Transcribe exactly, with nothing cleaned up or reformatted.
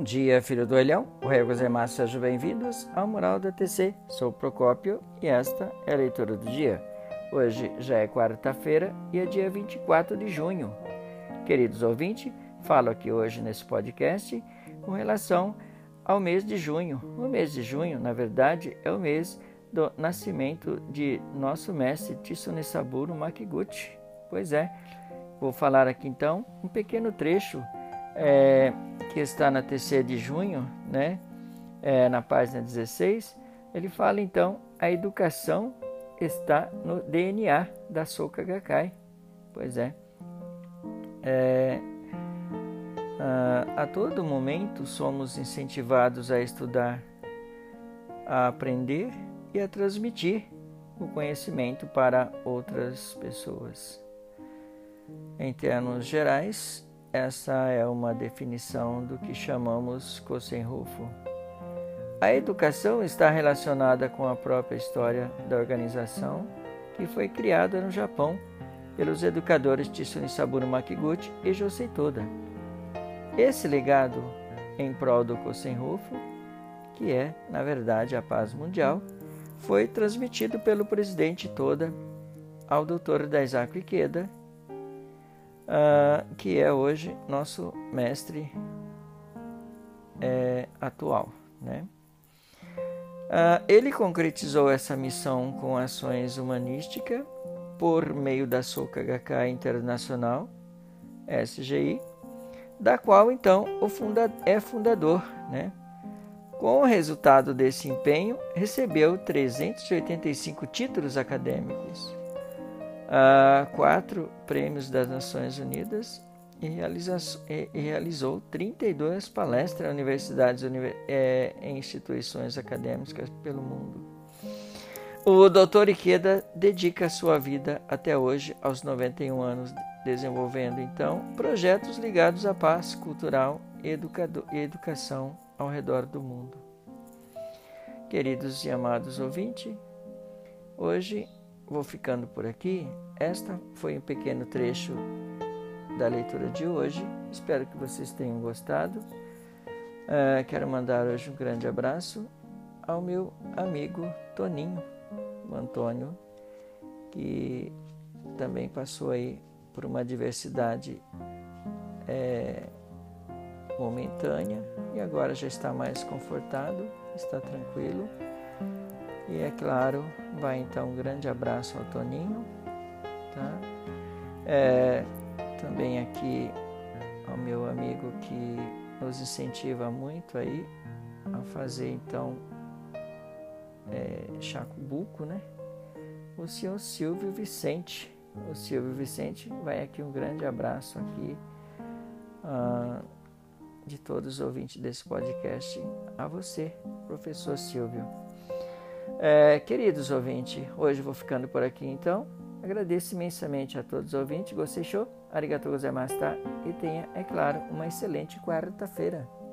dia, filho do Elhão. O Rei gozaimasu, sejam bem-vindos ao Mural da T C. Sou o Procópio e esta é a leitura do dia. Hoje já é quarta-feira e é dia vinte e quatro de junho. Queridos ouvintes, falo aqui hoje nesse podcast com relação ao mês de junho. O mês de junho, na verdade, é o mês do nascimento de nosso mestre Tissune Saburo Makiguchi. Pois é, vou falar aqui então um pequeno trecho é, que está na T C de junho, né? É, na página dezesseis. Ele fala então: a educação está no D N A da Soka Gakkai. Pois é, é a, a todo momento somos incentivados a estudar, a aprender e a transmitir o conhecimento para outras pessoas. Em termos gerais, essa é uma definição do que chamamos Kosen-Rufu. A educação está relacionada com a própria história da organização que foi criada no Japão pelos educadores Tissune Saburo Makiguchi e Josei Toda. Esse legado em prol do Kosen-Rufu, que é, na verdade, a paz mundial, foi transmitido pelo presidente Toda ao doutor Daisaku Ikeda, Uh, que é hoje nosso mestre é, atual, né? Uh, ele concretizou essa missão com ações humanísticas por meio da Soka Gakkai Internacional, S G I, da qual então o funda- é fundador, né? Com o resultado desse empenho, recebeu trezentos e oitenta e cinco títulos acadêmicos, Uh, quatro prêmios das Nações Unidas e, realiza, e, e realizou trinta e duas palestras em universidades e é, em instituições acadêmicas pelo mundo. O doutor Ikeda dedica sua vida até hoje, aos noventa e um anos, desenvolvendo então projetos ligados à paz cultural e, educado, e educação ao redor do mundo. Queridos e amados ouvintes, hoje vou ficando por aqui. Esta foi um pequeno trecho da leitura de hoje. Espero que vocês tenham gostado. Uh, quero mandar hoje um grande abraço ao meu amigo Toninho, o Antônio, que também passou aí por uma adversidade é, momentânea e agora já está mais confortado, está tranquilo. E é claro, vai então um grande abraço ao Toninho, tá? É, também aqui ao meu amigo que nos incentiva muito aí a fazer então é, Shakubuku, né? O senhor Silvio Vicente. O Silvio Vicente vai aqui um grande abraço aqui ah, de todos os ouvintes desse podcast a você, professor Silvio. É, queridos ouvintes, hoje vou ficando por aqui então. Agradeço imensamente a todos os ouvintes. Gostei, show? Arigatou gozaimasu, tá? E tenha, é claro, uma excelente quarta-feira.